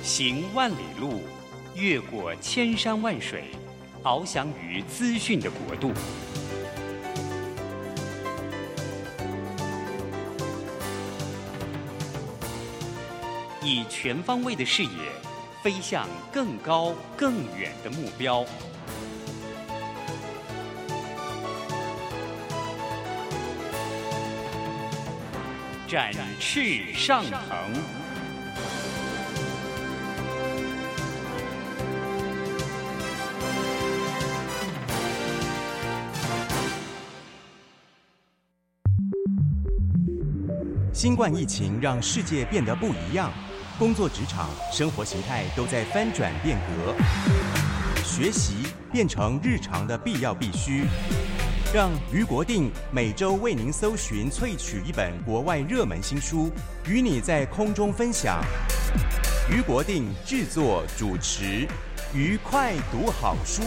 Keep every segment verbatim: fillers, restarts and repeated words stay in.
行万里路，越过千山万水，翱翔于资讯的国度。以全方位的视野，飞向更高更远的目标。展翅上腾。 新冠疫情让世界变得不一样，工作职场、生活形态都在翻转变革，学习变成日常的必要必须。让余国定每周为您搜寻萃取一本国外热门新书，与你在空中分享。余国定制作主持，愉快读好书。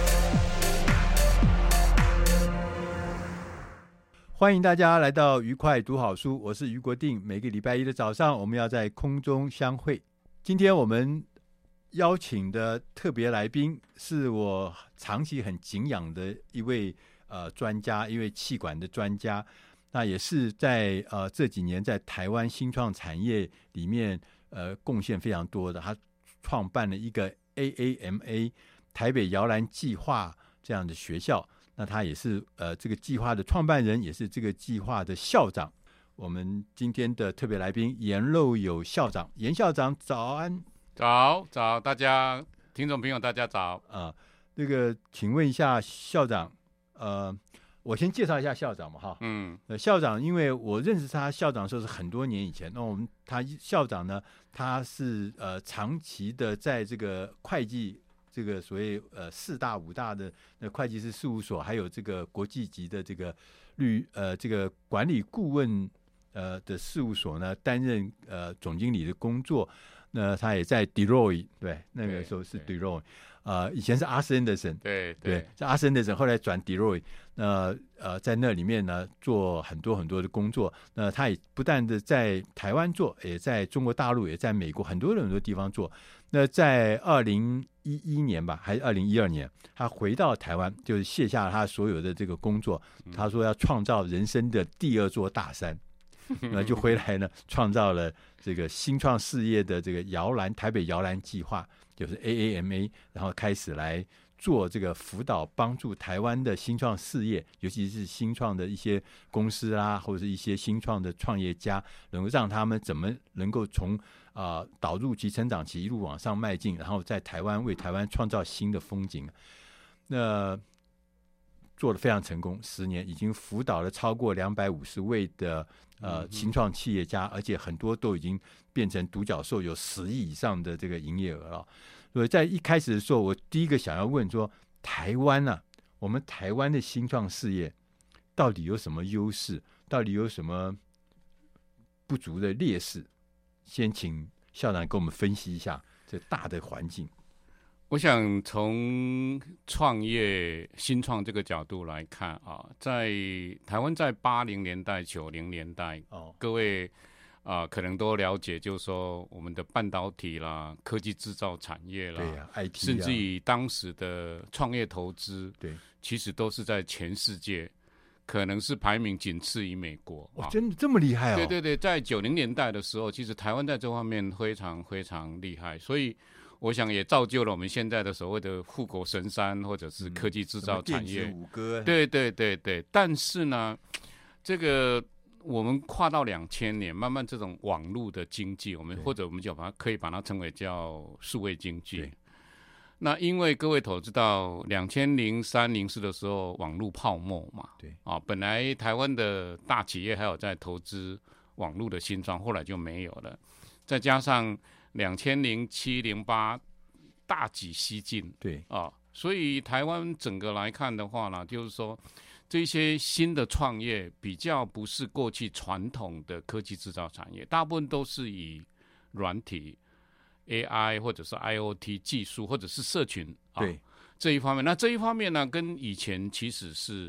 欢迎大家来到愉快读好书，我是余国定。每个礼拜一的早上，我们要在空中相会。今天我们邀请的特别来宾是我长期很敬仰的一位呃专家，一位企管的专家，那也是在呃这几年在台湾新创产业里面呃贡献非常多的。他创办了一个 A A M A 台北摇篮计划这样的学校。那他也是呃这个计划的创办人，也是这个计划的校长。我们今天的特别来宾颜肉友校长，颜校长早安。 早早，大家听众朋友大家早啊、呃。那个，请问一下校长，呃，我先介绍一下校长嘛哈。 嗯， 呃，校长，因为我认识他校长的时候是很多年以前，那我们他校长呢，他是呃长期的在这个会计。这个所谓呃四大五大的那会计师事务所，还有这个国际级的这个律呃这个管理顾问呃的事务所呢，担任呃总经理的工作。那他也在 Deloitte 对，那个时候是 Deloitte， 呃以前是阿斯安德森， 对对，在阿斯安德森后来转 Deloitte， 那呃在那里面呢做很多很多的工作。那他也不但的在台湾做，也在中国大陆，也在美国很多很多地方做。那在二零一一年吧，还是二零一二年，他回到台湾，就是卸下了他所有的这个工作。他说要创造人生的第二座大山。那就回来呢，创造了这个新创事业的这个摇篮台北摇篮计划，就是 A A M A， 然后开始来做这个辅导，帮助台湾的新创事业，尤其是新创的一些公司啦，或者是一些新创的创业家，能够让他们怎么能够从啊、呃、导入及成长期一路往上迈进，然后在台湾为台湾创造新的风景。那做得非常成功，十年已经辅导了超过两百五十位的呃新创企业家，而且很多都已经变成独角兽，有十亿以上的这个营业额了。所以在一开始的时候，我第一个想要问说，台湾啊，我们台湾的新创事业到底有什么优势？到底有什么不足的劣势？先请校长跟我们分析一下这大的环境。 我想从创业新创这个角度来看啊，在台湾在八零年代九零年代、哦、各位啊、呃、可能都了解，就是说我们的半导体啦、科技制造产业啦， 对啊 I T 啊， 甚至于当时的创业投资， 对， 其实都是在全世界可能是排名仅次于美国。 哇、哦，真的这么厉害哦？ 对对对，在九零年代的时候，其实台湾在这方面非常非常厉害，所以我想也造就了我们现在的所谓的护国神山，或者是科技制造产业。 嗯、五哥。 对对对对，但是呢，这个我们跨到两千年，慢慢这种网络的经济，我们或者我们就把它可以把它称为叫数位经济。那因为各位都知道，两千零三零四的时候，网络泡沫嘛， 对啊，本来台湾的大企业还有在投资网络的新创，后来就没有了，再加上两千零七零八大举西进， 对啊，所以台湾整个来看的话呢，就是说这些新的创业比较不是过去传统的科技制造产业，大部分都是以软体、A I 或者是 I O T 技术或者是社群、啊、 对这一方面。那这一方面呢，跟以前其实是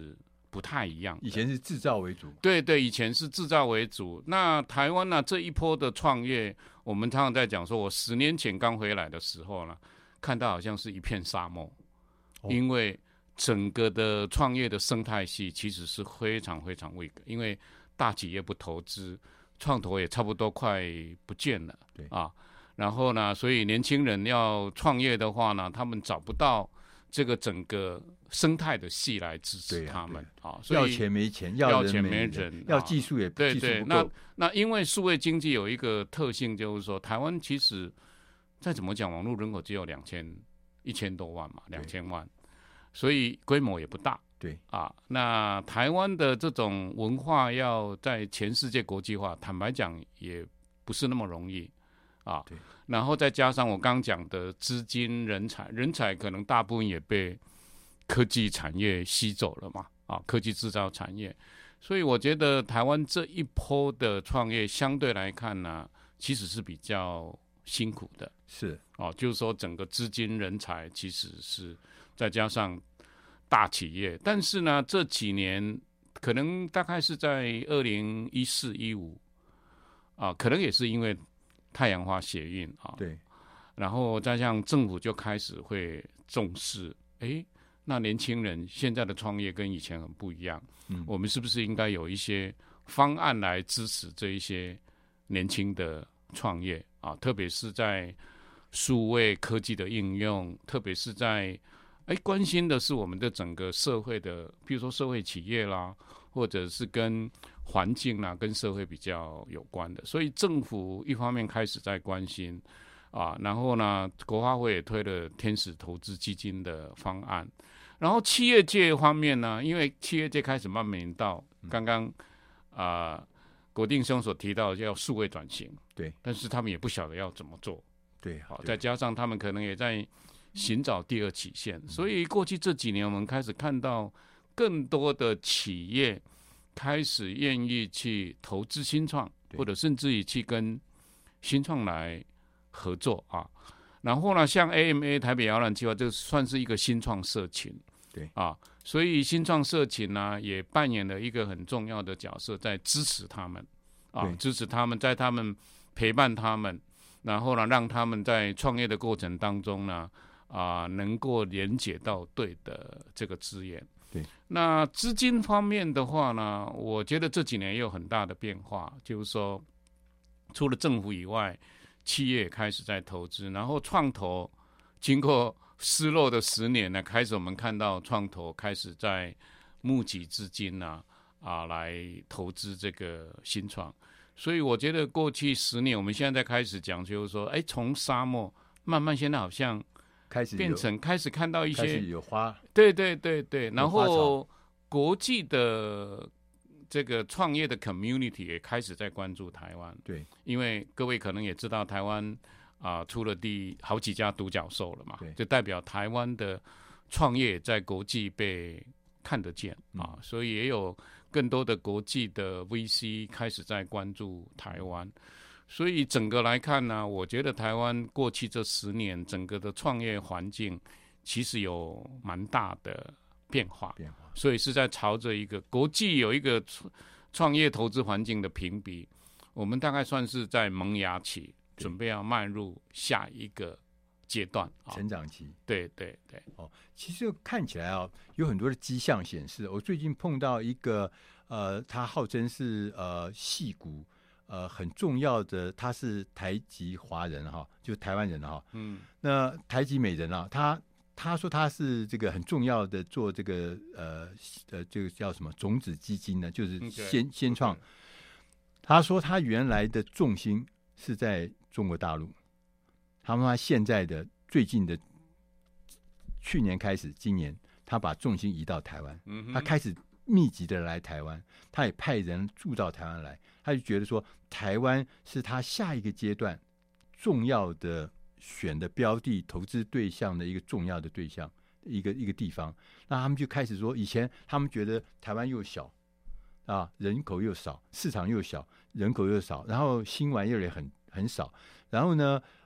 不太一样。 以前是制造为主， 对对，以前是制造为主。那台湾呢、啊、这一波的创业，我们常常在讲说，我十年前刚回来的时候呢，看到好像是一片沙漠，哦、因为整个的创业的生态系其实是非常非常 weak， 因为大企业不投资，创投也差不多快不见了， 对啊。然后呢，所以年轻人要创业的话呢，他们找不到这个整个生态的系来支持他们啊，所以要钱没钱， 要人钱没人， 要技术也对对。那那因为数位经济有一个特性，就是说台湾其实再怎么讲，网络人口只有两千一千多万嘛，两千万，所以规模也不大。 对啊，那台湾的这种文化要在全世界国际化，坦白讲也不是那么容易。啊，然后再加上我刚讲的资金、人才，人才可能大部分也被科技产业吸走了嘛，啊，科技制造产业，所以我觉得台湾这一波的创业相对来看呢，其实是比较辛苦的， 是哦，就是说整个资金、人才其实是再加上大企业，但是呢，这几年可能大概是在二零一四、一五啊，可能也是因为太阳花学运啊， 对， 然后再像政府就开始会重视，哎，那年轻人现在的创业跟以前很不一样，嗯，我们是不是应该有一些方案来支持这一些年轻的创业啊？特别是在数位科技的应用，特别是在哎关心的是我们的整个社会的，比如说社会企业啦，或者是跟环境啊，跟社会比较有关的，所以政府一方面开始在关心啊，然后呢，国发会也推了天使投资基金的方案，然后企业界方面呢，因为企业界开始慢慢明到刚刚啊、呃、国定兄所提到要数位转型， 对， 但是他们也不晓得要怎么做， 对， 好，再加上他们可能也在寻找第二曲线，所以过去这几年我们开始看到更多的企业开始愿意去投资新创，或者甚至于去跟新创来合作啊。然后呢，像 A M A 台北摇篮计划，这算是一个新创社群， 对啊，所以新创社群呢也扮演了一个很重要的角色，在支持他们啊，支持他们，在他们陪伴他们，然后呢，让他们在创业的过程当中呢，啊，能够连接到对的这个资源。 对， 那资金方面的话呢，我觉得这几年也有很大的变化，就是说，除了政府以外，企业也开始在投资，然后创投经过失落的十年呢，开始我们看到创投开始在募集资金啊啊来投资这个新创，所以我觉得过去十年，我们现在在开始讲，就是说，哎，从沙漠慢慢现在好像开始变成开始看到一些开始有花， 对对对对，然后国际的这个创业的 community 也开始在关注台湾， 对， 因为各位可能也知道台湾啊、呃、出了第好几家独角兽了嘛， 对， 就代表台湾的创业在国际被看得见啊、嗯，所以也有更多的国际的 V C 开始在关注台湾。所以整个来看呢，我觉得台湾过去这十年整个的创业环境其实有蛮大的变化， 变化， 所以是在朝着一个国际有一个创业投资环境的评比，我们大概算是在萌芽期，准备要迈入下一个阶段， 成长期。 对对对， 哦，其实看起来啊，有很多的迹象显示，我最近碰到一个呃，他号称是呃矽谷。呃，很重要的，他是台籍华人哈，就台湾人哈。嗯，那台籍美人啊，他他说他是这个很重要的做这个呃呃这个叫什么种子基金呢，就是先、okay. 先創。Okay. 他说他原来的重心是在中国大陆，他说他现在的最近的去年开始，今年他把重心移到台湾，嗯、他开始密集的来台湾，他也派人住到台湾来。他就觉得说，台湾是他下一个阶段重要的选的标的、投资对象的一个重要的对象，一个一个地方。那他们就开始说，以前他们觉得台湾又小啊，人口又少，市场又小，人口又少，然后新玩意儿也很很少。然后呢，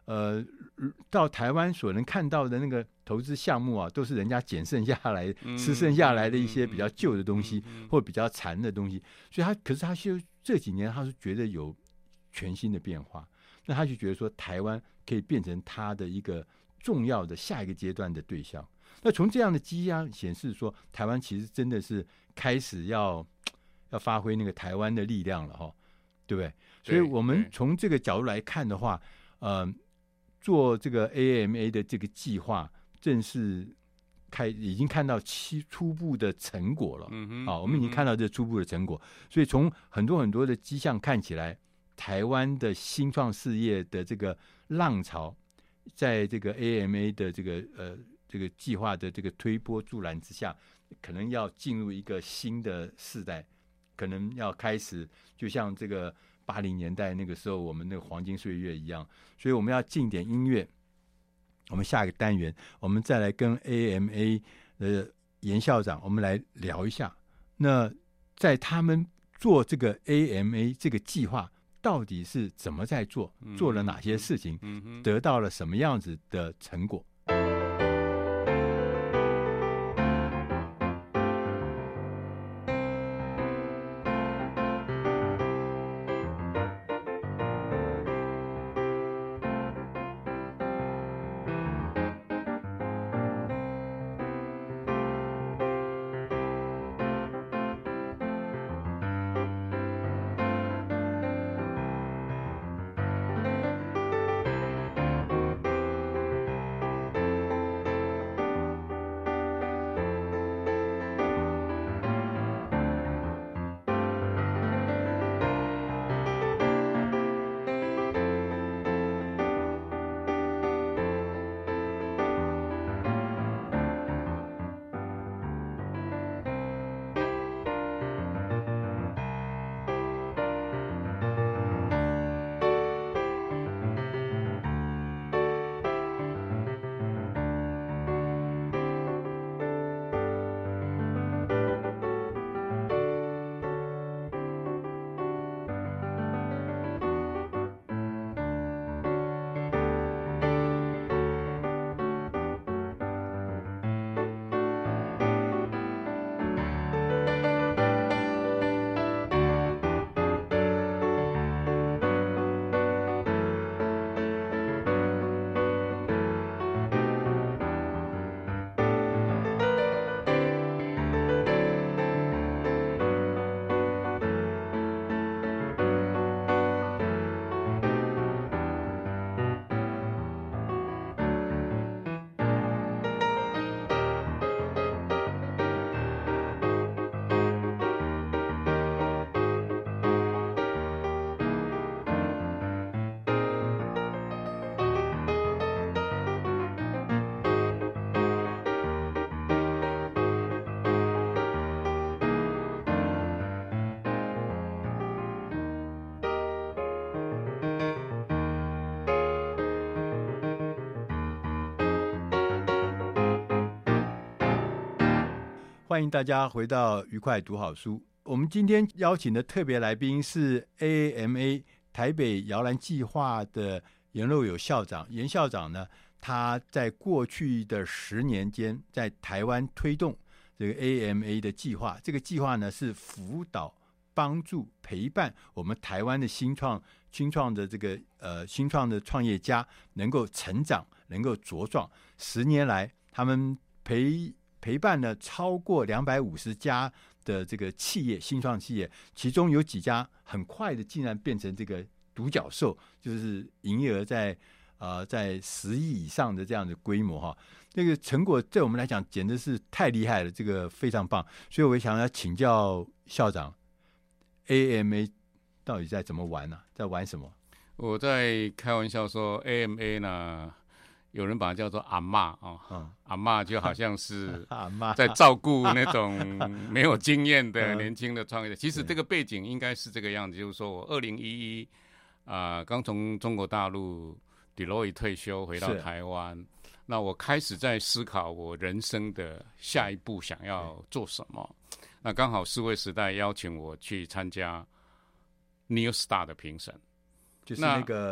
呃，到台湾所能看到的那个投资项目啊，都是人家捡剩下来、嗯、吃剩下来的一些比较旧的东西，嗯、或比较残的东西。所以他，可是他就这几年，他是觉得有全新的变化，那他就觉得说，台湾可以变成他的一个重要的下一个阶段的对象。那从这样的迹象显示说，台湾其实真的是开始要要发挥那个台湾的力量了，哈，对不对？所以我们从这个角度来看的话，呃。做这个 A M A 的这个计划，正式开已经看到初初步的成果了。嗯哼，啊，我们已经看到这初步的成果。嗯、所以从很多很多的迹象看起来，台湾的新创事业的这个浪潮，在这个 A M A 的这个呃这个计划的这个推波助澜之下，可能要进入一个新的世代，可能要开始就像这个。八零年代那个时候，我们那个黄金岁月一样，所以我们要进点音乐。我们下一个单元，我们再来跟 A M A 的严校长，我们来聊一下。那在他们做这个 A M A 这个计划，到底是怎么在做，做了哪些事情，得到了什么样子的成果？欢迎大家回到愉快读好书。我们今天邀请的特别来宾是 A M A 台北摇篮计划的严肉友校长。严校长呢，他在过去的十年间，在台湾推动这个 A M A 的计划。这个计划呢，是辅导、帮助、陪伴我们台湾的新创、新创的这个呃新创的创业家能够成长，能够茁壮。十年来，他们陪。陪伴了超过两百五十家的这个企业，新创企业，其中有几家很快的竟然变成这个独角兽，就是营业额在呃在十亿以上的这样的规模哈。这个成果对我们来讲简直是太厉害了，这个非常棒。所以我想要请教校长 ，A M A 到底在怎么玩呢、啊？在玩什么？ 我在开玩笑说 A M A 呢。有人把它叫做阿嬷哦，嗯、阿嬷就好像是在照顾那种没有经验的年轻的创业者。其实这个背景应该是这个样子，就是说我二零一一啊刚从中国大陆 Deloitte 退休回到台湾，那我开始在思考我人生的下一步想要做什么。那刚好数位时代邀请我去参加 New Star 的评审， 就是那个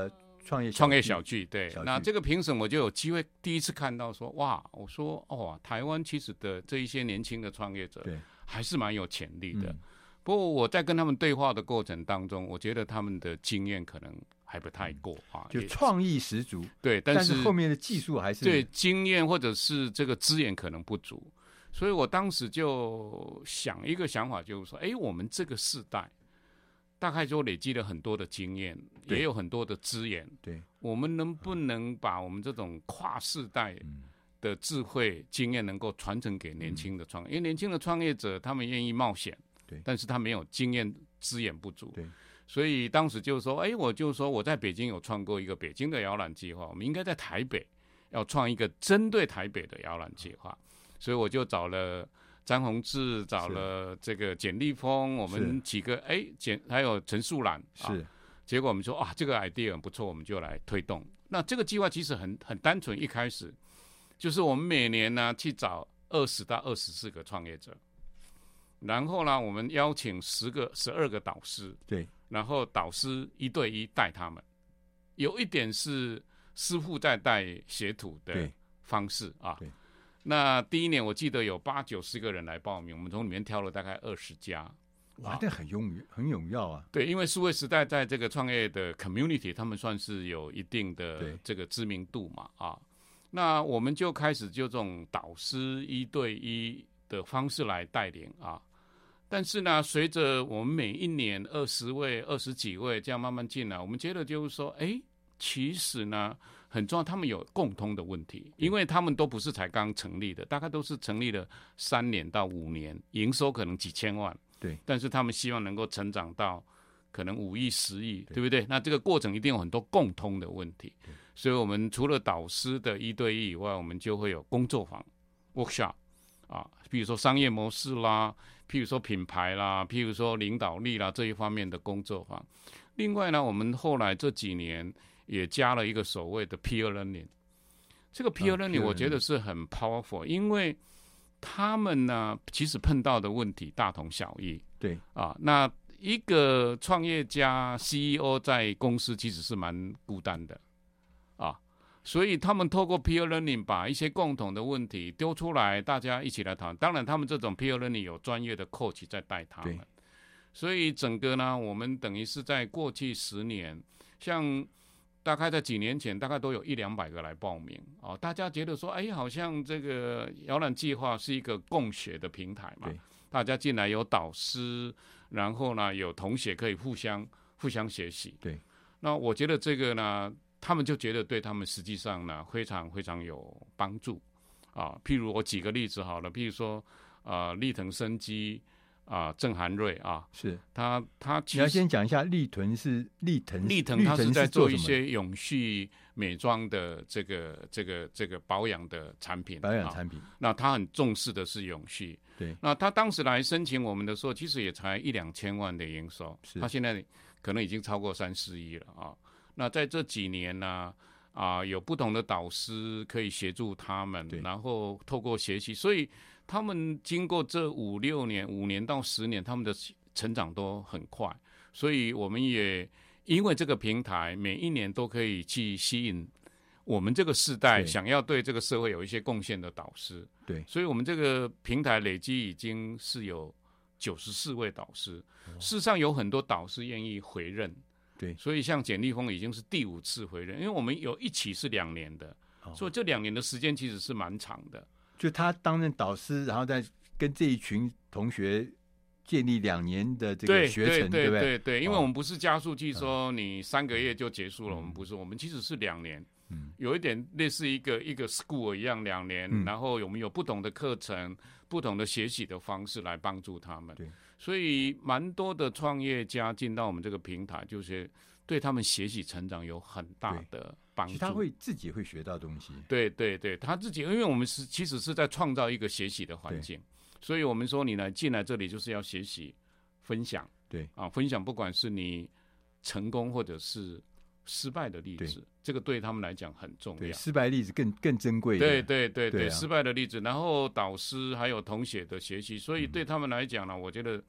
创业创业小聚，对小，聚那这个评审我就有机会第一次看到说，哇，我说哦，台湾其实的这一些年轻的创业者， 对， 还是蛮有潜力的。 嗯不过我在跟他们对话的过程当中，我觉得他们的经验可能还不太够啊，也就创意十足， 对， 但但是后面的技术还是对经验或者是这个资源可能不足，所以我当时就想一个想法，就是说，哎，我们这个世代大概就累积了很多的经验， 对也有很多的资源， 对， 我们能不能把我们这种跨世代的智慧经验能够传承给年轻的创业？因为年轻的创业者他们愿意冒险， 对， 但是他没有经验资源不足， 对， 所以当时就说，哎，我就说我在北京有创过一个北京的摇篮计划，我们应该在台北要创一个针对台北的摇篮计划，所以我就找了詹宏志，找了这个简立峰，我们几个哎，简还有陈树兰， 是、 啊，结果我们说啊，这个 idea 很不错，我们就来推动。那这个计划其实很很单纯，一开始就是我们每年呢去找二十到二十四个创业者，然后呢，我们邀请十个、十二个导师， 对， 然后导师一对一带他们，有一点是师傅在带学徒的方式啊。那第一年我记得有八九十个人来报名，我们从里面挑了大概二十家。 哇，这很勇很勇要啊！ 对，因为数位时代在这个创业的 community， 他们算是有一定的这个知名度嘛啊。那我们就开始就这种导师一对一的方式来带领啊。但是呢，随着我们每一年二十位、二十几位这样慢慢进来，我们觉得就是说，哎，其实呢很重要，他们有共通的问题，因为他们都不是才刚成立的，大概都是成立了三年到五年，营收可能几千万， 对， 但是他们希望能够成长到可能五亿、十亿，对不对？那这个过程一定有很多共通的问题，所以我们除了导师的一对一以外，我们就会有工作坊 workshop 啊，比如说商业模式啦，譬如说品牌啦，譬如说领导力啦这一方面的工作坊。另外呢，我们后来这几年也加了一个所谓的 peer learning， 这个 peer learning 我觉得是很 powerful， 因为他们呢其实碰到的问题大同小异， 对啊，那一个创业家 C E O 在公司其实是蛮孤单的啊，所以他们透过 peer learning 把一些共同的问题丢出来，大家一起来谈。当然，他们这种 peer learning 有专业的 coach 在带他们，所以整个呢，我们等于是在过去十年，像大概在几年前，大概都有一两百个来报名哦。大家觉得说，哎，好像这个摇篮计划是一个共学的平台嘛，大家进来有导师，然后呢有同学可以互相互相学习。 对， 那我觉得这个呢，他们就觉得对他们实际上呢非常非常有帮助啊。譬如我举个例子好了，譬如说呃立腾生机。啊，郑涵瑞啊，是他，他其实你要先讲一下立腾是立腾， 立腾他是在做一些永续美妆的这个这个这个保养的产品， 保养产品。 啊、那他很重视的是永续。 对， 那他当时来申请我们的时候，其实也才一两千万的营收，他现在可能已经超过三四亿了啊。那在这几年呢，啊，有不同的导师可以协助他们，然后透过学习，所以。他们经过这五六年、五年到十年，他们的成长都很快，所以我们也因为这个平台，每一年都可以去吸引我们这个世代想要对这个社会有一些贡献的导师。 对， 所以我们这个平台累积已经是有九十四位导师，哦、事实上有很多导师愿意回任。 对， 所以像简立峰已经是第五次回任，因为我们有一期是两年的，哦、所以这两年的时间其实是蛮长的。 就他担任导师，然后再跟这一群同学建立两年的这个学程， 对对不对？ 对对，因为我们不是加速器说你三个月就结束了，嗯、我们不是，我们其实是两年，嗯、有一点类似一个一个 school 一样，两年，嗯、然后我们有不同的课程、不同的学习的方式来帮助他们。对，所以蛮多的创业家进到我们这个平台，就是对他们学习成长有很大的帮助。 他会自己会学到东西。 对对对，他自己，因为我们是其实是在创造一个学习的环境，所以我们说你来进来这里就是要学习、分享。 对啊，分享不管是你成功或者是失败的例子，这个对他们来讲很重要。 对，失败例子更更珍贵。 对对对 对, 对、啊， 失败的例子，然后导师还有同学的学习，所以对他们来讲呢，我觉得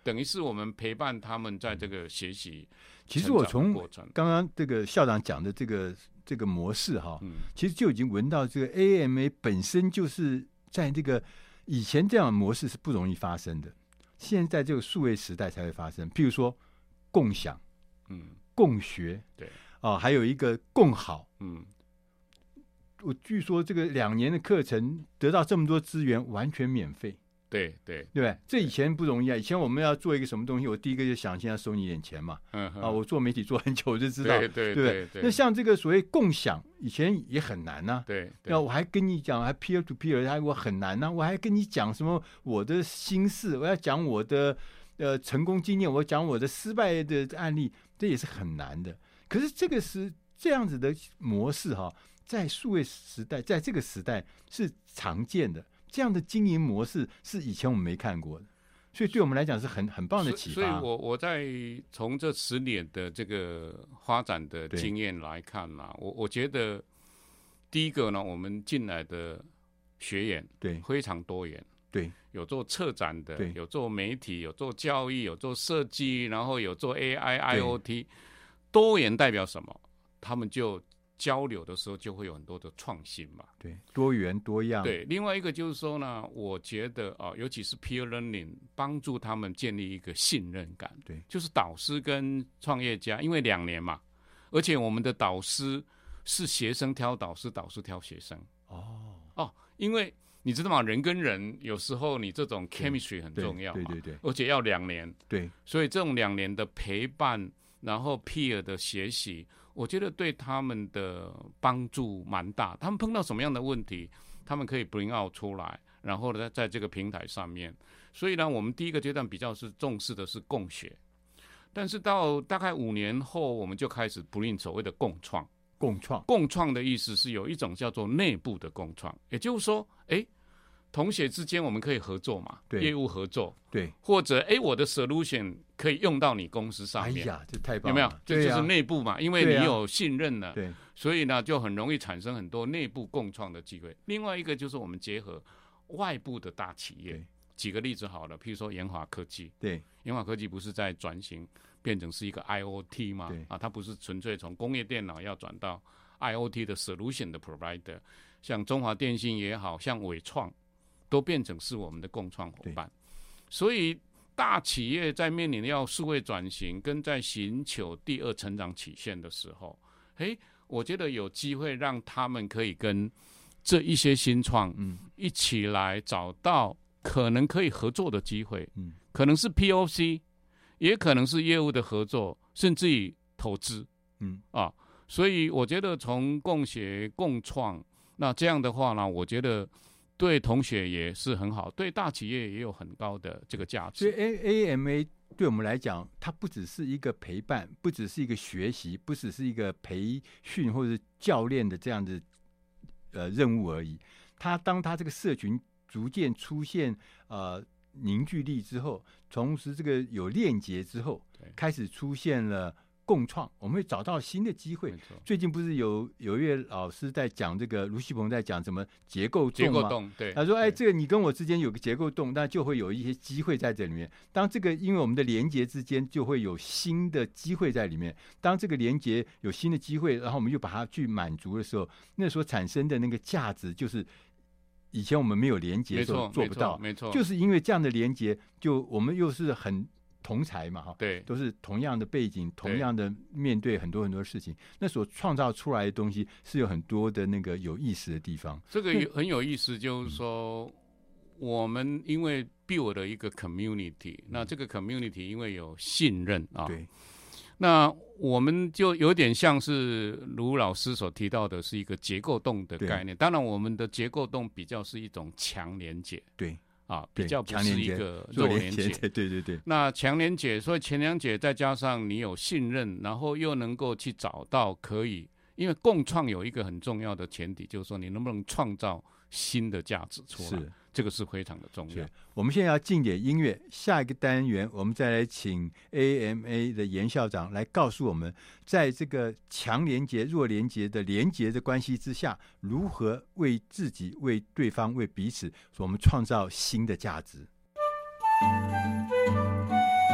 等于是我们陪伴他们在这个学习。 其实我从刚刚这个校长讲的这个这个模式哈， 嗯， 其实就已经闻到这个 A M A 本身就是在这个以前这样的模式是不容易发生的，现在这个数位时代才会发生。譬如说共享， 嗯， 共学， 对啊、呃，还有一个共好， 嗯。 我据说这个两年的课程得到这么多资源，完全免费。 对对对不对？这以前不容易啊！以前我们要做一个什么东西，我第一个就想先要收你一点钱嘛。 嗯啊，我做媒体做很久，我就知道， 对对对不对对。 那像这个所谓共享，以前也很难呐、啊。 对。 那我还跟你讲，还 peer to peer， 还我很难呐、啊。我还跟你讲什么我的心事，我要讲我的呃成功经验，我讲我的失败的案例，这也是很难的。可是这个是这样子的模式哈、啊，在数位时代，在这个时代是常见的。这样的经营模式是以前我们没看过的，所以对我们来讲是很很棒的启发。 所以我我在从这十年的这个发展的经验来看嘛，我我觉得第一个呢，我们进来的学员对非常多元， 对， 有做策展的， 对， 有做媒体，有做教育，有做设计，然后有做 A I、I O T， 多元代表什么？他们就交流的时候就会有很多的创新嘛， 对，多元多样。 对，另外一个就是说呢，我觉得啊、呃，尤其是 peer learning， 帮助他们建立一个信任感。 对， 就是导师跟创业家，因为两年嘛，而且我们的导师是学生挑导师，导师挑学生。 哦哦，因为你知道吗？人跟人有时候你这种 chemistry 很重要嘛， 对对 对, 对， 而且要两年。 对， 所以这种两年的陪伴，然后 peer 的学习。我觉得对他们的帮助蛮大，他们碰到什么样的问题，他们可以 bring out 出来，然后呢，在这个平台上面。所以呢，我们第一个阶段比较是重视的是共学，但是到大概五年后，我们就开始 bring 所谓的共创。 共创， 共创的意思是有一种叫做内部的共创，也就是说，哎，同学之间我们可以合作嘛，业务合作， 对， 或者哎，我的 solution 可以用到你公司上面， 哎呀，这太棒了， 有没有？这就是内部嘛，因为你有信任了， 对， 所以呢，就很容易产生很多内部共创的机会。另外一个就是我们结合外部的大企业，举个例子好了，譬如说研华科技， 对， 研华科技不是在转型变成是一个 I O T 嘛？啊，它不是纯粹从工业电脑要转到 I O T 的 solution 的 provider， 像中华电信也好像伟创。都变成是我们的共创伙伴，所以大企业在面临要数位转型跟在寻求第二成长曲线的时候，哎，我觉得有机会让他们可以跟这一些新创一起来找到可能可以合作的机会，嗯，可能是 P O C， 也可能是业务的合作，甚至于投资，嗯啊，所以我觉得从共学共创，那这样的话呢，我觉得。对同学也是很好，对大企业也有很高的这个价值。 所以 A A M A 对我们来讲，它不只是一个陪伴，不只是一个学习，不只是一个培训或者教练的这样的呃任务而已。它当它这个社群逐渐出现呃凝聚力之后，同时这个有链接之后，开始出现了。共创，我们会找到新的机会。最近不是有有一位老师在讲这个，卢锡鹏在讲什么结构洞吗？ 结构洞，对。 他说：“哎，这个你跟我之间有个结构洞，那就会有一些机会在这里面。当这个因为我们的连结之间，就会有新的机会在里面。当这个连结有新的机会，然后我们又把它去满足的时候，那所产生的那个价值，就是以前我们没有连结的时候做不到。 没错， 就是因为这样的连结，就我们又是很。”同才嘛，哈， 对， 都是同样的背景，同样的面对很多很多事情，那所创造出来的东西是有很多的那个有意思的地方。 这个有很有意思，就是说，嗯、我们因为 build 了一个 community，、嗯、那这个 community 因为有信任啊， 对， 那我们就有点像是卢老师所提到的，是一个结构洞的概念。当然，我们的结构洞比较是一种强连结， 对。 啊，比较不是一个弱连结， 对对对。 那强连结，所以强连结再加上你有信任，然后又能够去找到可以，因为共创有一个很重要的前提，就是说你能不能创造新的价值出来，这个是非常的重要。 我们现在要进点音乐，下一个单元我们再来请 A M A 的严校长来告诉我们，在这个强连结、弱连结的连结的关系之下，如何为自己、为对方、为彼此，我们创造新的价值。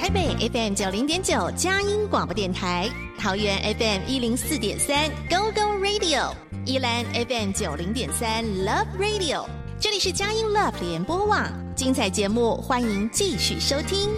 台北 F M 九零点九佳音广播电台，桃园 F M 一零四点三 Go Go Radio， 宜兰 F M 九零点三 Love Radio。这里是佳音 Love 联播网，精彩节目欢迎继续收听。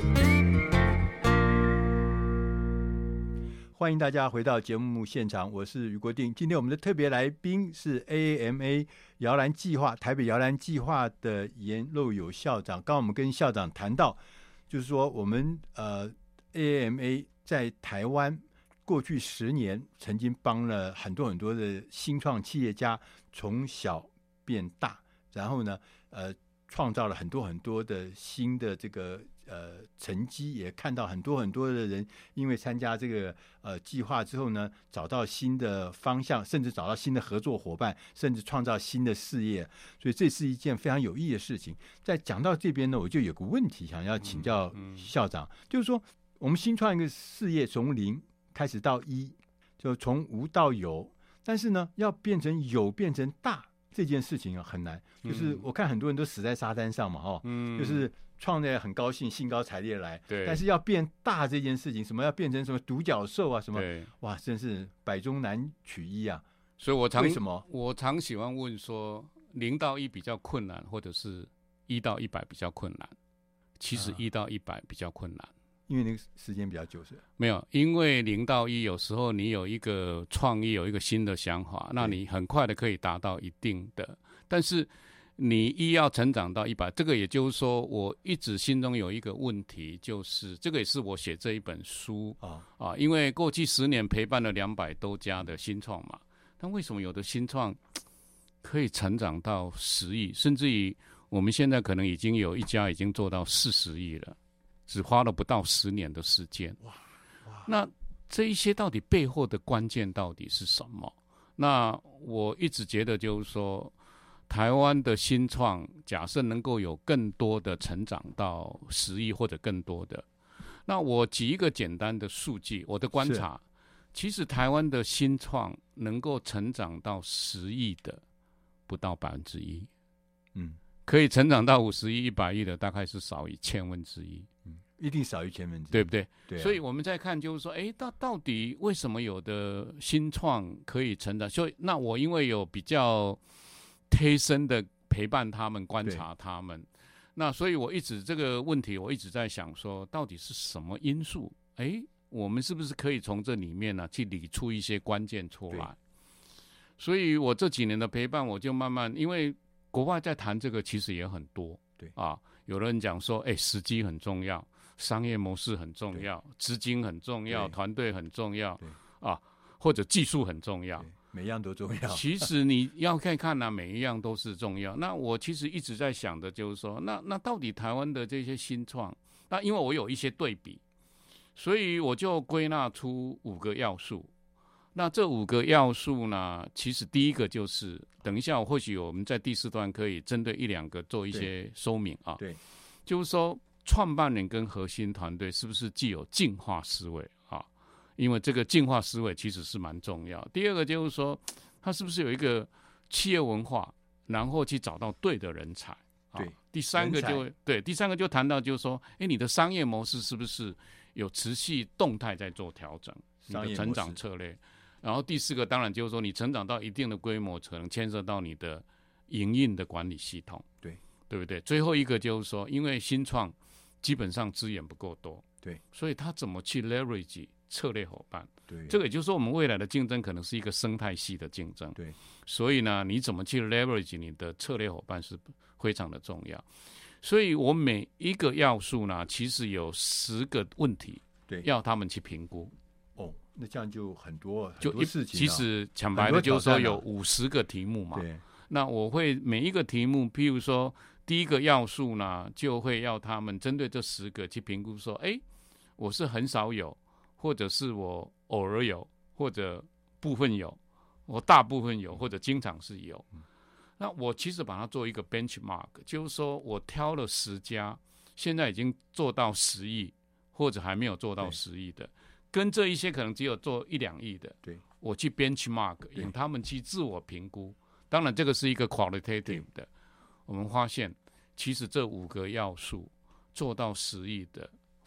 欢迎大家回到节目现场，我是余国定。今天我们的特别来宾是 A A M A 摇篮计划台北摇篮计划的颜肉友校长。刚刚我们跟校长谈到，就是说我们呃 A A M A 在台湾过去十年曾经帮了很多很多的新创企业家从小变大，然后呢呃创造了很多很多的新的这个呃成绩，也看到很多很多的人因为参加这个呃计划之后呢，找到新的方向，甚至找到新的合作伙伴，甚至创造新的事业，所以这是一件非常有意义的事情。在讲到这边呢，我就有个问题想要请教校长，嗯嗯、就是说我们新创一个事业从零开始到一，就从无到有，但是呢要变成有变成大这件事情啊很难，就是我看很多人都死在沙滩上嘛，哦，嗯，就是创业很高兴，兴高采烈来，对，但是要变大这件事情，什么要变成什么独角兽啊，什么，哇，真是百中难取一啊。 所以我常为什么我常喜欢问说，零到一比较困难，或者是一到一百比较困难？其实一到一百比较困难。啊， 因为那个时间比较久，是没有，因为零到一有时候你有一个创意，有一个新的想法，那你很快的可以达到一定的，但是你一要成长到一百，这个也就是说，我一直心中有一个问题，就是这个也是我写这一本书啊啊，因为过去十年陪伴了两百多家的新创嘛，但为什么有的新创可以成长到十亿，甚至于我们现在可能已经有一家已经做到四十亿了？只花了不到十年的时间，哇哇！那这一些到底背后的关键到底是什么？那我一直觉得就是说，台湾的新创假设能够有更多的成长到十亿或者更多的，那我举一个简单的数据，我的观察，其实台湾的新创能够成长到十亿的不到百分之一，嗯，可以成长到五十亿、一百亿的大概是少于千分之一。 一定少于千分之一， 对不对？ 对啊， 所以我们在看就是说，哎，到到底为什么有的新创可以成长？所以那我因为有比较贴身的陪伴他们、观察他们，那所以我一直这个问题，我一直在想说，到底是什么因素？哎，我们是不是可以从这里面呢、啊、去理出一些关键出来？所以我这几年的陪伴，我就慢慢，因为国外在谈这个其实也很多，对啊，有人讲说，哎，时机很重要。商业模式很重要，资金很重要，团队很重要啊，或者技术很重要， 每样都重要。 其实你要看看呢、啊，每一样都是重要。那我其实一直在想的就是说，那那到底台湾的这些新创，那因为我有一些对比，所以我就归纳出五个要素。那这五个要素呢，其实第一个就是，等一下或许我们在第四段可以针对一两个做一些说明啊。对，就是说。创办人跟核心团队是不是既有进化思维啊？因为这个进化思维其实是蛮重要。第二个就是说，他是不是有一个企业文化，然后去找到对的人才？啊、对。第三个就对，第三个就谈到就是说，哎，你的商业模式是不是有持续动态在做调整？你的成长策略。然后第四个当然就是说，你成长到一定的规模，可能牵涉到你的营运的管理系统。对。对不对？最后一个就是说，因为新创基本上资源不够多，对，所以他怎么去 leverage 策略伙伴？对，这个也就是说，我们未来的竞争可能是一个生态系的竞争。对，所以呢，你怎么去 leverage 你的策略伙伴是非常的重要。所以我每一个要素呢，其实有十个问题，对，要他们去评估。 哦，那这样就很多很多事情、啊。 其实讲白了就是说有五十个题目嘛。对，那我会每一个题目，譬如说。第一个要素呢，就会要他们针对这十个去评估说，哎，我是很少有，或者是我偶尔有，或者部分有，我大部分有，或者经常是有。嗯、那我其实把它做一个 benchmark， 就是说我挑了十家，现在已经做到十亿，或者还没有做到十亿的，跟这一些可能只有做一两亿的，对，我去 benchmark， 引他们去自我评估。当然，这个是一个 qualitative 的。我们发现，其实这五个要素做到十亿的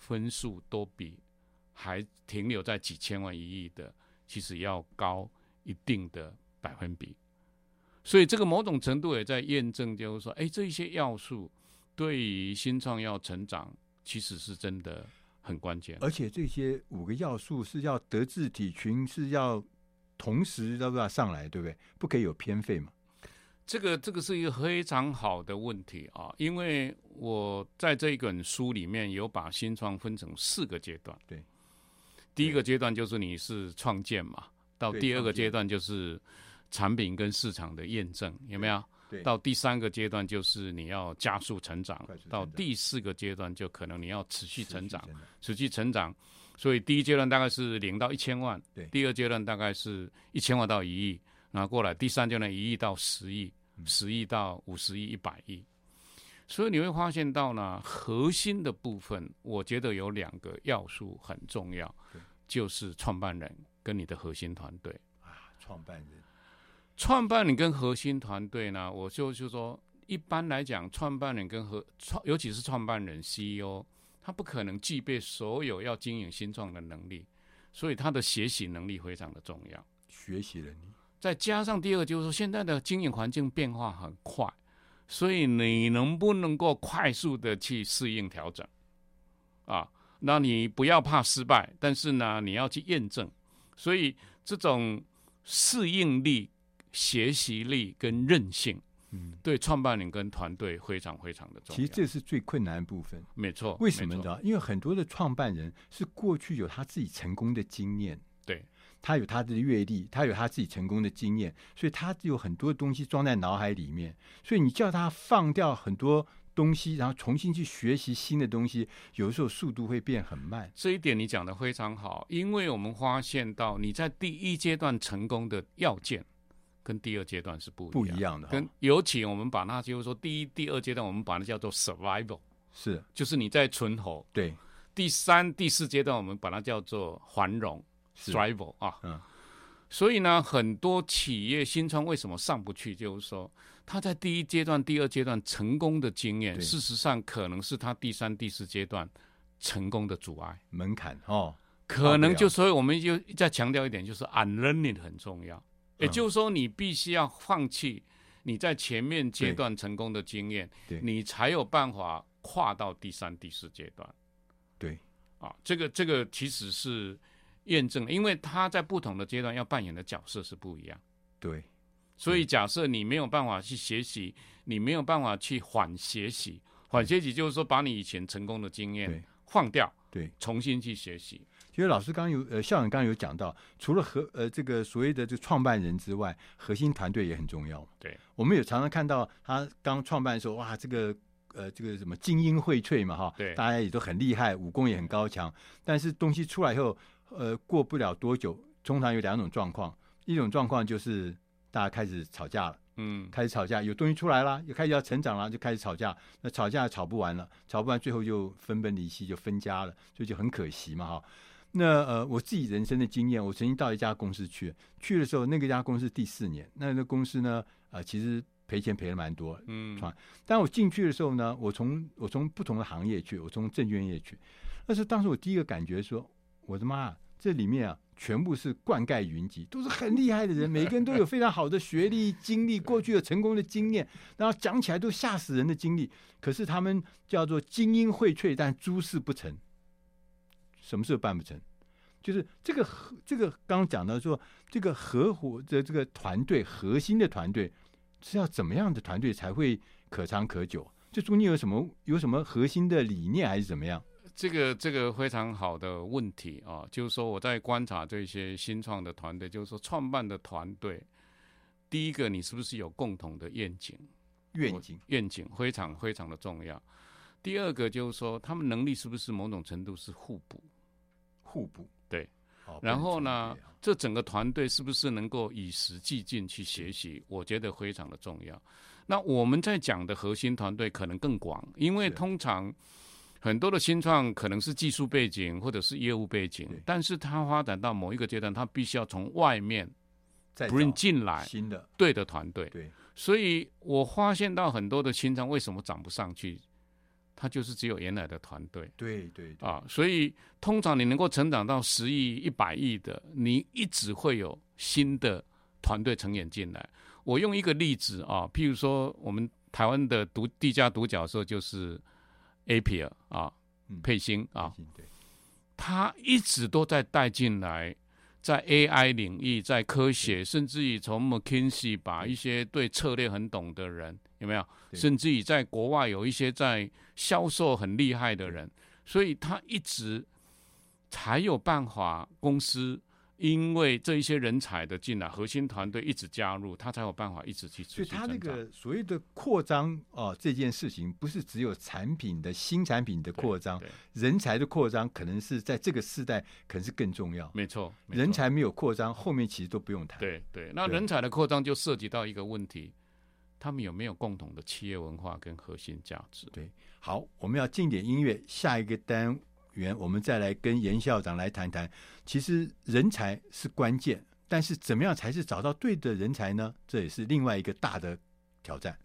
分数都比还停留在几千万一亿的，其实要高一定的百分比。所以这个某种程度也在验证，就是说，哎，这一些要素对于新创要成长，其实是真的很关键。 而且这些五个要素是要德智体群是要同时要不要上来，对不对？不可以有偏废嘛。 这个这个是一个非常好的问题啊，因为我在这一本书里面有把新创分成四个阶段。 对， 第一个阶段就是你是创建嘛，到第二个阶段就是产品跟市场的验证，有没有？ 对， 到第三个阶段就是你要加速成长， 快速成长到第四个阶段就可能你要持续成长， 持续成长持续成长。所以第一阶段大概是零到一千万， 对， 第二阶段大概是一千万到一亿，然后过来第三阶段一亿到十亿，十亿到五十亿、一百亿。所以你会发现到呢，核心的部分，我觉得有两个要素很重要，就是创办人跟你的核心团队啊，创办人。 创办人跟核心团队呢，我就是说，一般来讲，创办人跟核创，尤其是创办人 C E O， 他不可能具备所有要经营新创的能力，所以他的学习能力非常的重要。 学习能力， 再加上第二个就是说，现在的经营环境变化很快，所以你能不能够快速的去适应调整啊？那你不要怕失败，但是呢，你要去验证。所以这种适应力、学习力跟韧性，嗯，对创办人跟团队非常非常的重要。 其实这是最困难的部分。 没错。 为什么呢？因为很多的创办人是过去有他自己成功的经验， 对， 他有他的阅历，他有他自己成功的经验，所以他有很多东西装在脑海里面。所以你叫他放掉很多东西，然后重新去学习新的东西，有的时候速度会变很慢。 这一点你讲得非常好，因为我们发现到你在第一阶段成功的要件跟第二阶段是不一样不一样的， 跟尤其我们把它就是说第一、第二阶段我们把它叫做 survival， 是就是你在存活。 对， 第三、第四阶段我们把它叫做繁荣 survival 啊。 嗯， 所以呢，很多企业新创为什么上不去，就是说他在第一阶段、第二阶段成功的经验，事实上可能是他第三、第四阶段成功的阻碍门槛哦。 可能就所以我们就再强调一点，就是 unlearning 很重要。也就是说，你必须要放弃你在前面阶段成功的经验，你才有办法跨到第三、第四阶段。 对， 啊，这个这个其实是验证，因为他在不同的阶段要扮演的角色是不一样。 对， 所以假设你没有办法去学习，你没有办法去缓学习，缓学习就是说把你以前成功的经验放掉， 对， 重新去学习。 其实老师刚有呃，校长刚刚有讲到，除了核呃这个所谓的这个创办人之外，核心团队也很重要。 对， 我们有常常看到他刚创办的时候，哇，这个呃这个什么精英荟萃嘛，哈， 对， 大家也都很厉害，武功也很高强。但是东西出来以后，呃，过不了多久，通常有两种状况，一种状况就是大家开始吵架了。嗯，开始吵架，有东西出来了，又开始要成长了，就开始吵架。那吵架吵不完了，吵不完，最后就分崩离析，就分家了，所以就很可惜嘛，哈。那呃，我自己人生的经验，我曾经到一家公司去，去的时候，那个家公司第四年，那个公司呢，呃，其实赔钱赔了蛮多，嗯，但我进去的时候呢，我从我从不同的行业去，我从证券业去，但是当时我第一个感觉说，我的妈啊，这里面啊，全部是灌溉云集，都是很厉害的人，每个人都有非常好的学历、经历，过去有成功的经验，然后讲起来都吓死人的经历。可是他们叫做精英荟萃，但诸事不成，什么事都办不成。就是这个这个刚刚讲到说，这个合伙的这个团队，核心的团队是要怎么样的团队才会可长可久？这中间有什么有什么核心的理念，还是怎么样？ 这个这个非常好的问题啊，就是说我在观察这些新创的团队，就是说创办的团队，第一个你是不是有共同的愿景？ 愿景愿景非常非常的重要。第二个就是说他们能力是不是某种程度是互补？ 互补对。然后呢，这整个团队是不是能够以时俱进去学习？我觉得非常的重要。那我们在讲的核心团队可能更广，因为通常很多的新创可能是技术背景或者是业务背景，但是它发展到某一个阶段，它必须要从外面 bring 进来新的对的团队。 对， 所以我发现到很多的新创为什么涨不上去， 它就是只有原来的团队。 对对对啊，所以通常你能够成长到十亿、一百亿的，你一直会有新的团队成员进来。我用一个例子啊，譬如说我们台湾的独地价独角兽就是 A P R 啊， 嗯沛兴啊， 对， 他一直都在带进来。在 A I 领域，在科学，甚至于从 McKinsey 把一些对策略很懂的人，有没有？甚至于在国外有一些在销售很厉害的人，所以他一直才有办法，公司因为这一些人才的进来，核心团队一直加入，他才有办法一直去持续增长。 所以他那个所谓的扩张哦，这件事情不是只有产品的新产品的扩张，人才的扩张可能是在这个世代可能是更重要。 没错， 人才没有扩张，后面其实都不用谈。 对对，那人才的扩张就涉及到一个问题，他们有没有共同的企业文化跟核心价值？ 对，好，我们要进点音乐，下一个单元我们再来跟严校长来谈谈。其实人才是关键，但是怎么样才是找到对的人才呢？这也是另外一个大的挑战。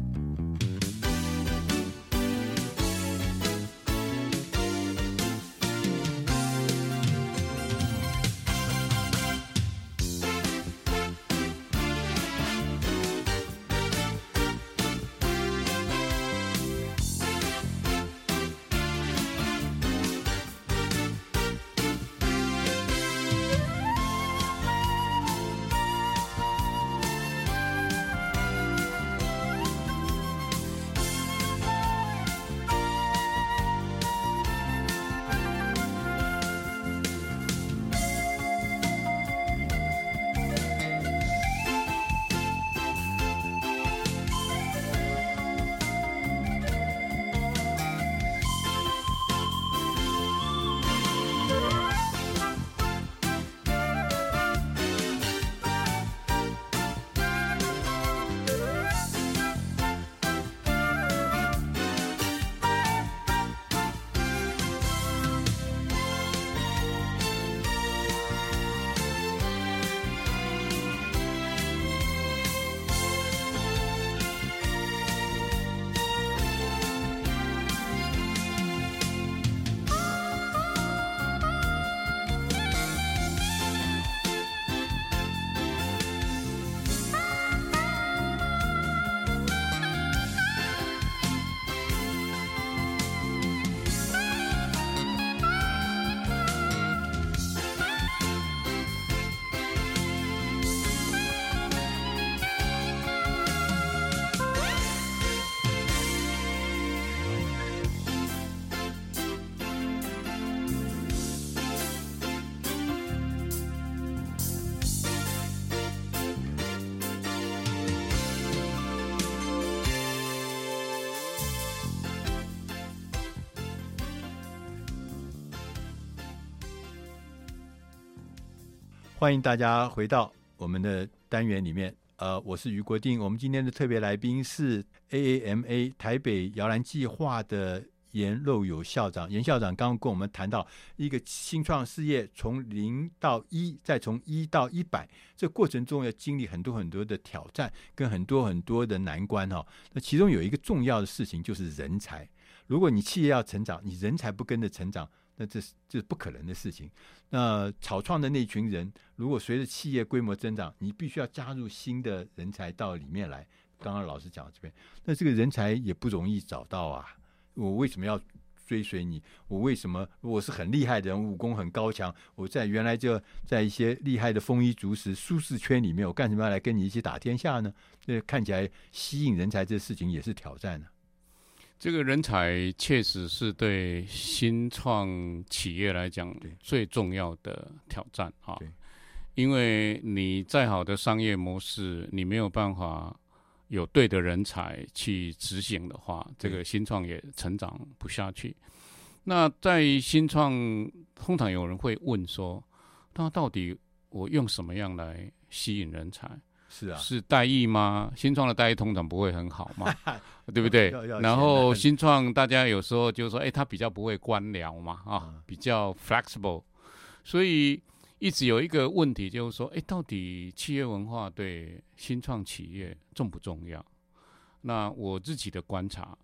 欢迎大家回到我们的单元里面，呃，我是余国定。我们今天的特别来宾是 A A M A 台北摇篮计划的严肉友校长。严校长刚刚跟我们谈到一个新创事业从零到一，再从一到一百，这过程中要经历很多很多的挑战，跟很多很多的难关哈、哦。那其中有一个重要的事情就是人才。如果你企业要成长，你人才不跟着成长，那这是这是不可能的事情。那草创的那群人，如果随着企业规模增长，你必须要加入新的人才到里面来。刚刚老师讲这边，那这个人才也不容易找到啊。我为什么要追随你？我为什么我是很厉害的人，武功很高强，我在原来就在一些厉害的丰衣足食舒适圈里面，我干什么要来跟你一起打天下呢？这看起来吸引人才这事情也是挑战呢、啊。 这个人才确实是对新创企业来讲最重要的挑战啊！因为你再好的商业模式，你没有办法有对的人才去执行的话，这个新创也成长不下去。那在新创，通常有人会问说，那到底我用什么样来吸引人才？ 是啊， 是待遇吗？新创的待遇通常不会很好嘛，对不对？然后新创大家有时候就说，哎，他比较不会官僚嘛，啊，比较 flexible， 所以一直有一个问题就是说，哎，到底企业文化对新创企业重不重要？那我自己的观察，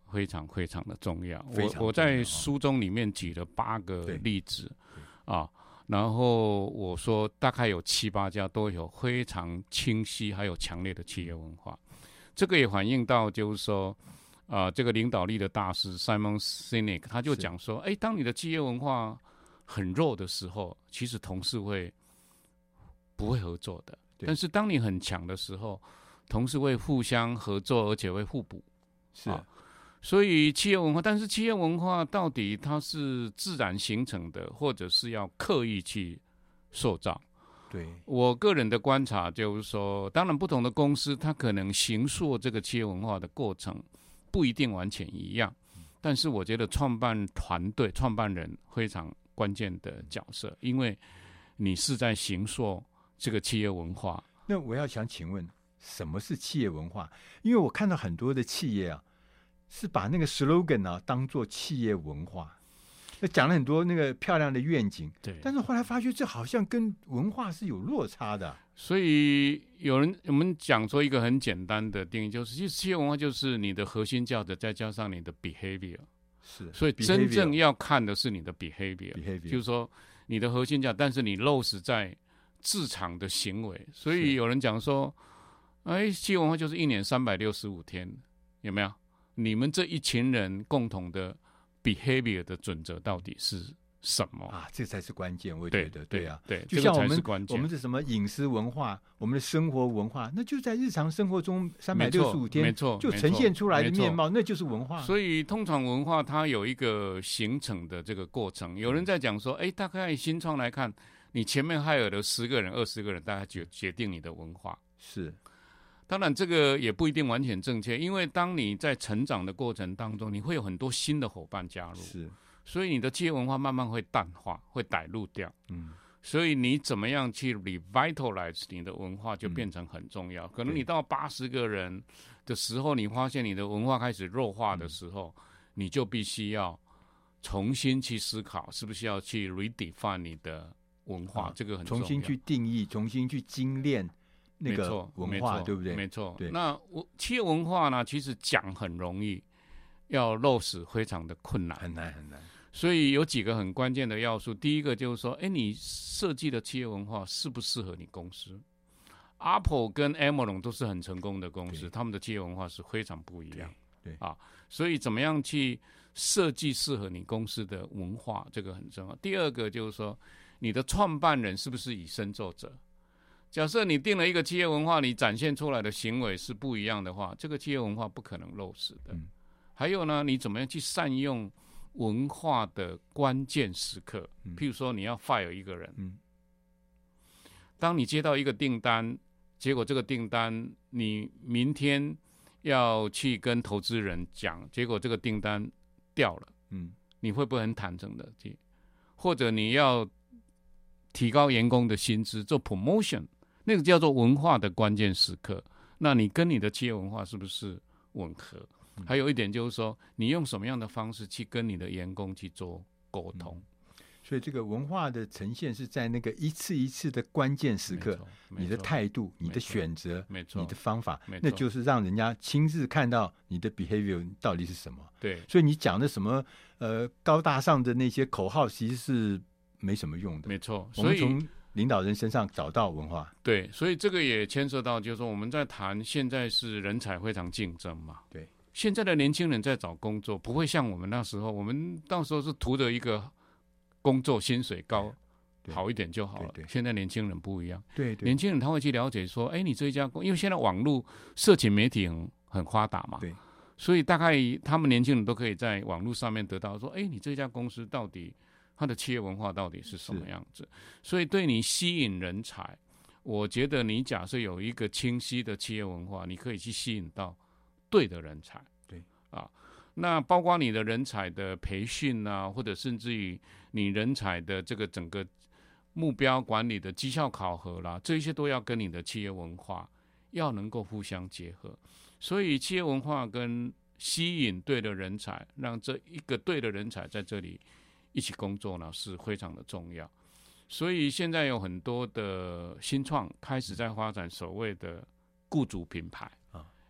非常非常的重要。 非常重要我我在书中里面举了八个例子啊，然后我说大概有七八家都有非常清晰还有强烈的企业文化，这个也反映到就是说，啊、呃，这个领导力的大师 Simon Sinek 他就讲说，哎，当你的企业文化很弱的时候，其实同事会不会合作的，但是当你很强的时候，同事会互相合作，而且会互补。 是、 啊，所以企业文化，但是企业文化到底它是自然形成的，或者是要刻意去塑造？ 对， 我个人的观察就是说，当然不同的公司它可能形塑这个企业文化的过程不一定完全一样，但是我觉得创办团队、创办人非常关键的角色，因为你是在形塑这个企业文化。 那我要想请问，什么是企业文化？因为我看到很多的企业啊，是把那个 slogan 啊当做企业文化，那讲了很多那个漂亮的愿景， 对， 但是后来发觉这好像跟文化是有落差的。 所以有人我们讲说一个很简单的定义，就是其实企业文化就是你的核心价值再加上你的 behavior。 是， 所以真正要看的是你的 behavior，, behavior 就是说你的核心价值，但是你落实在日常的行为。所以有人讲说，哎，企业文化就是一年三百六十五天，有没有？你们这一群人共同的 behavior 的准则到底是什么啊？这才是关键，我觉得，对, 对啊， 对， 就像我们、 这个、 我们的什么饮食文化，我们的生活文化，那就在日常生活中三百六十五天， 没错， 就呈现出来的面貌，那就是文化。 所以，通常文化它有一个形成的这个过程。有人在讲说，哎，大概新创来看，你前面还有的十个人、二十个人，大概就决定你的文化是。 当然，这个也不一定完全正确，因为当你在成长的过程当中，你会有很多新的伙伴加入， 是， 所以你的企业文化慢慢会淡化，会歹露掉。嗯，所以你怎么样去 revitalize 你的文化，就变成很重要。嗯、可能你到八十个人的时候，你发现你的文化开始弱化的时候，嗯、你就必须要重新去思考，是不是要去 redefine 你的文化，啊、这个很重要。 重新去定义，重新去精炼。那个文化对不对？ 没错， 对。 那我企业文化呢，其实讲很容易，要落实非常的困难， 很难很难。 所以有几个很关键的要素。第一个就是说，哎，你设计的企业文化适不适合你公司 ？Apple 跟 Amazon 都是很成功的公司，他们的企业文化是非常不一样。 对, 对啊，所以怎么样去设计适合你公司的文化，这个很重要。第二个就是说，你的创办人是不是以身作则？假设你定了一个企业文化，你展现出来的行为是不一样的话，这个企业文化不可能落实的。嗯、还有呢，你怎么样去善用文化的关键时刻？嗯、譬如说，你要 fire 一个人，嗯、当你接到一个订单，结果这个订单你明天要去跟投资人讲，结果这个订单掉了，嗯、你会不会很坦诚的去？或者你要提高员工的薪资，做 promotion？那个叫做文化的关键时刻，那你跟你的企业文化是不是吻合？嗯、还有一点就是说，你用什么样的方式去跟你的员工去做沟通？ 嗯、所以这个文化的呈现是在那个一次一次的关键时刻，你的态度、你的选择、你的方法，那就是让人家亲自看到你的 behavior 到底是什么。 对， 所以你讲的什么呃高大上的那些口号，其实是没什么用的。 没错， 我们从领导人身上找到文化。 对，所以这个也牵涉到，就是说我们在谈现在是人才非常竞争嘛。 对， 现在的年轻人在找工作，不会像我们那时候，我们到时候是图的一个工作薪水高好一点就好了。 对对， 现在年轻人不一样。 对对， 年轻人他会去了解说，哎，你这一家公，因为现在网络社群媒体很很发达嘛。 对， 所以大概他们年轻人都可以在网络上面得到说，哎，你这家公司到底它的企业文化到底是什么样子？所以对你吸引人才，我觉得你假设有一个清晰的企业文化，你可以去吸引到对的人才。 对啊，那包括你的人才的培训啊，或者甚至于你人才的这个整个目标管理的绩效考核啦，这些都要跟你的企业文化要能够互相结合。所以企业文化跟吸引对的人才，让这一个对的人才在这里一起工作呢，是非常的重要。所以现在有很多的新创开始在发展所谓的雇主品牌啊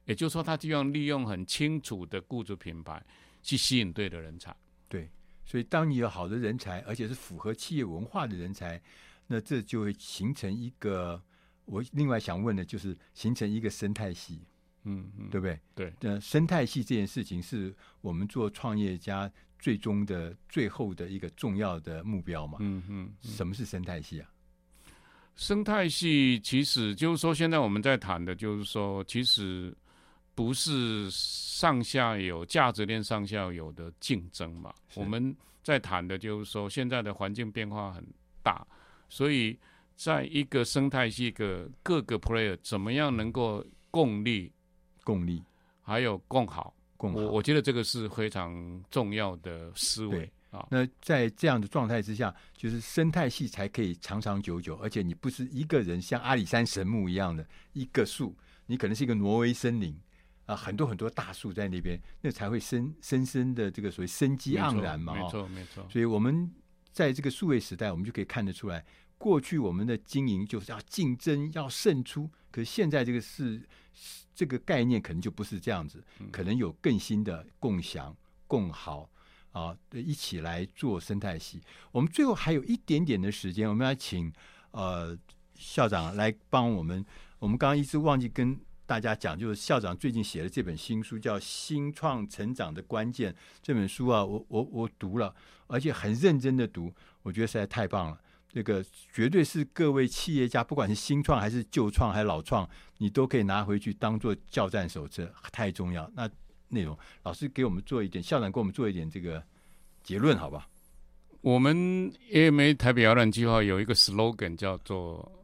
也就是说，他就要利用很清楚的雇主品牌去吸引对的人才。 对，所以当你有好的人才，而且是符合企业文化的人才，那这就会形成一个，我另外想问的就是形成一个生态系， 嗯嗯， 对不对？ 对， 那生态系这件事情是我们做创业家最终的最后的一个重要的目标嘛？ 嗯嗯，嗯什么是生态系啊？ 生态系其实就是说，现在我们在谈的就是说，其实不是上下游价值链上下游的竞争嘛。我们在谈的就是说，现在的环境变化很大，所以在一个生态系的各个 player 怎么样能够共利、 共利还有共好， 共好我我觉得这个是非常重要的思维。啊， 那在这样的状态之下，就是生态系才可以长长久久，而且你不是一个人像阿里山神木一样的一个树，你可能是一个挪威森林啊，很多很多大树在那边，那才会深深深的这个所谓生机盎然嘛。 没错，没错。 所以我们在这个数位时代，我们就可以看得出来，过去我们的经营就是要竞争，要胜出，可是现在这个是这个概念可能就不是这样子，可能有更新的共享、共好。啊，一起来做生态系。我们最后还有一点点的时间，我们要请呃校长来帮我们。我们刚刚一直忘记跟大家讲，就是校长最近写的这本新书叫《新创成长的关键》。这本书啊，我我我读了，而且很认真的读，我觉得实在太棒了。这个绝对是各位企业家，不管是新创还是旧创还是老创，你都可以拿回去当做教战手册，太重要。那内容，老师给我们做一点，校长给我们做一点这个结论，好吧？ 我们 A M A 台北摇篮计划有一个 slogan 叫做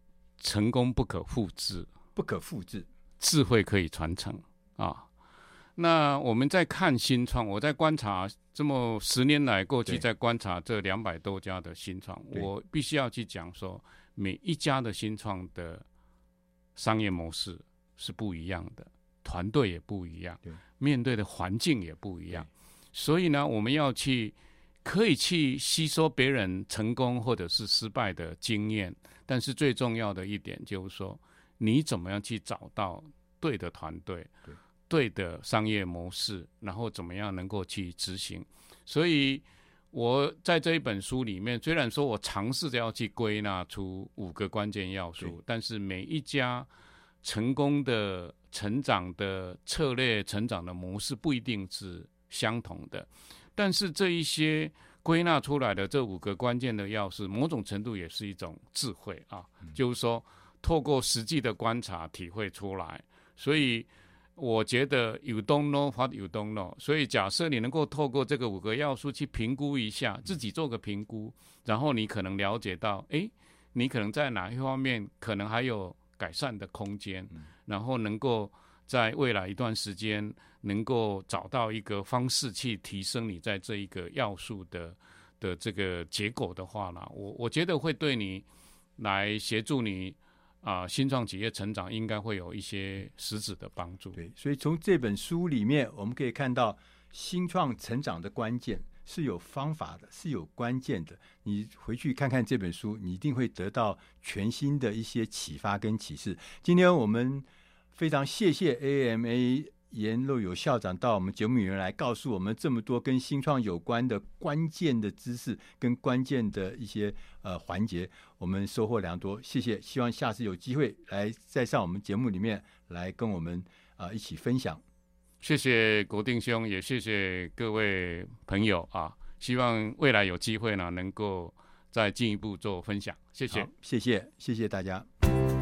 “成功不可复制， 不可复制， 智慧可以传承”啊。那我们在看新创，我在观察这么十年来过去，在观察这两百多家的新创，我必须要去讲说，每一家的新创的商业模式是不一样的。团队也不一样，面对的环境也不一样，所以呢，我们要去可以去吸收别人成功或者是失败的经验，但是最重要的一点就是说，你怎么样去找到对的团队、对, 对的商业模式，然后怎么样能够去执行。所以我在这一本书里面，虽然说我尝试着要去归纳出五个关键要素，但是每一家成功的成长的策略、成长的模式不一定是相同的，但是这一些归纳出来的这五个关键的要素，某种程度也是一种智慧啊，嗯、就是说透过实际的观察体会出来。所以我觉得 you don't know what you don't know， 所以假设你能够透过这个五个要素去评估一下，自己做个评估，然后你可能了解到，哎，你可能在哪一方面可能还有改善的空间，然后能够在未来一段时间能够找到一个方式去提升你在这一个要素的的这个结果的话呢，我我觉得会对你来协助你啊、呃、新创企业成长应该会有一些实质的帮助。 对，所以从这本书里面我们可以看到新创成长的关键是有方法的，是有关键的。你回去看看这本书，你一定会得到全新的一些启发跟启示。今天我们非常谢谢 A M A 颜若有校长到我们节目里面来，告诉我们这么多跟新创有关的关键的知识跟关键的一些呃环节，我们收获良多。谢谢，希望下次有机会来再上我们节目里面来跟我们啊、呃、一起分享。 谢谢国定兄，也谢谢各位朋友啊！希望未来有机会呢，能够再进一步做分享。谢谢， 谢谢，谢谢大家。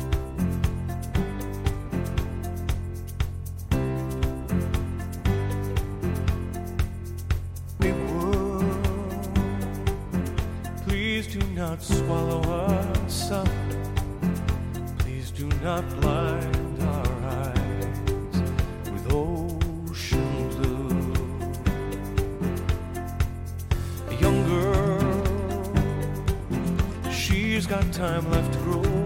Please do not swallow us up. Please do not blind our eyes with ocean blue. A young girl, she's got time left to grow